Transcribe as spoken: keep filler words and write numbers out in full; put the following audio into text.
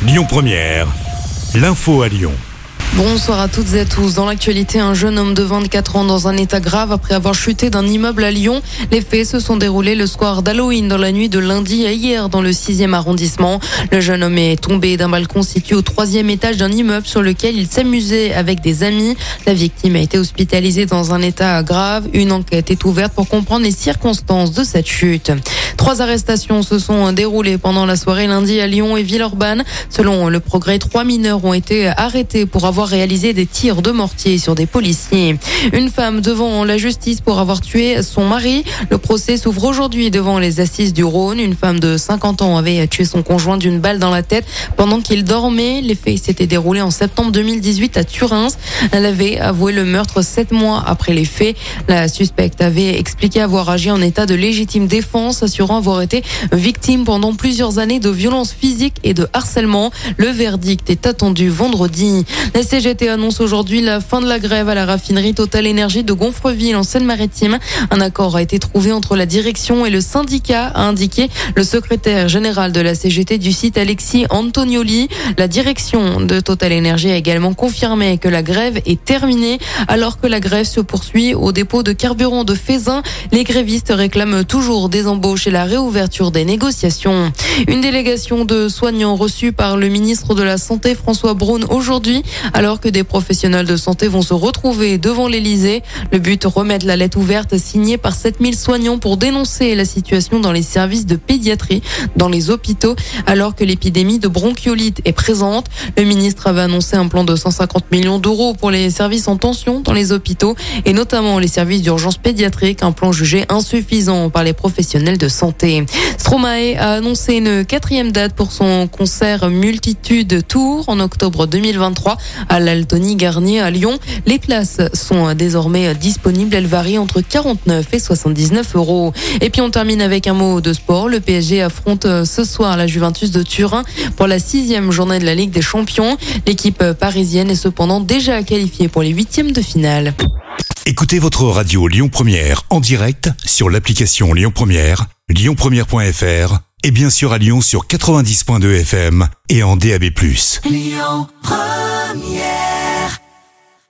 Lyon Première, l'info à Lyon. Bonsoir à toutes et à tous. Dans l'actualité, un jeune homme de vingt-quatre ans dans un état grave après avoir chuté d'un immeuble à Lyon. Les faits se sont déroulés le soir d'Halloween dans la nuit de lundi à hier dans le sixième arrondissement. Le jeune homme est tombé d'un balcon situé au troisième étage d'un immeuble sur lequel il s'amusait avec des amis. La victime a été hospitalisée dans un état grave. Une enquête est ouverte pour comprendre les circonstances de cette chute. Trois arrestations se sont déroulées pendant la soirée lundi à Lyon et Villeurbanne. Selon le Progrès, trois mineurs ont été arrêtés pour avoir réalisé des tirs de mortier sur des policiers. Une femme devant la justice pour avoir tué son mari. Le procès s'ouvre aujourd'hui devant les assises du Rhône. Une femme de cinquante ans avait tué son conjoint d'une balle dans la tête pendant qu'il dormait. Les faits s'étaient déroulés en septembre deux mille dix-huit à Turin. Elle avait avoué le meurtre sept mois après les faits. La suspecte avait expliqué avoir agi en état de légitime défense, assurant avoir été victime pendant plusieurs années de violences physiques et de harcèlement. Le verdict est attendu vendredi. La C G T annonce aujourd'hui la fin de la grève à la raffinerie Total Énergie de Gonfreville en Seine-Maritime. Un accord a été trouvé entre la direction et le syndicat, a indiqué le secrétaire général de la C G T du site Alexis Antonioli. La direction de Total Énergie a également confirmé que la grève est terminée alors que la grève se poursuit au dépôt de carburant de Fézin. Les grévistes réclament toujours des embauches et la réouverture des négociations. Une délégation de soignants reçue par le ministre de la Santé François Braun aujourd'hui, alors que des professionnels de santé vont se retrouver devant l'Élysée. Le but, remettre la lettre ouverte signée par sept mille soignants pour dénoncer la situation dans les services de pédiatrie, dans les hôpitaux, alors que l'épidémie de bronchiolite est présente. Le ministre avait annoncé un plan de cent cinquante millions d'euros pour les services en tension dans les hôpitaux et notamment les services d'urgence pédiatrique, un plan jugé insuffisant par les professionnels de santé. Stromae a annoncé une quatrième date pour son concert Multitude Tour en octobre deux mille vingt-trois à l'Altony Garnier à Lyon. Les places sont désormais disponibles. Elles varient entre quarante-neuf et soixante-dix-neuf euros. Et puis on termine avec un mot de sport. Le P S G affronte ce soir la Juventus de Turin pour la sixième journée de la Ligue des Champions. L'équipe parisienne est cependant déjà qualifiée pour les huitièmes de finale. Écoutez votre radio Lyon Première en direct sur l'application Lyon Première, lyon première point f r et bien sûr à Lyon sur quatre-vingt-dix point deux F M et en D A B plus. Lyon Première.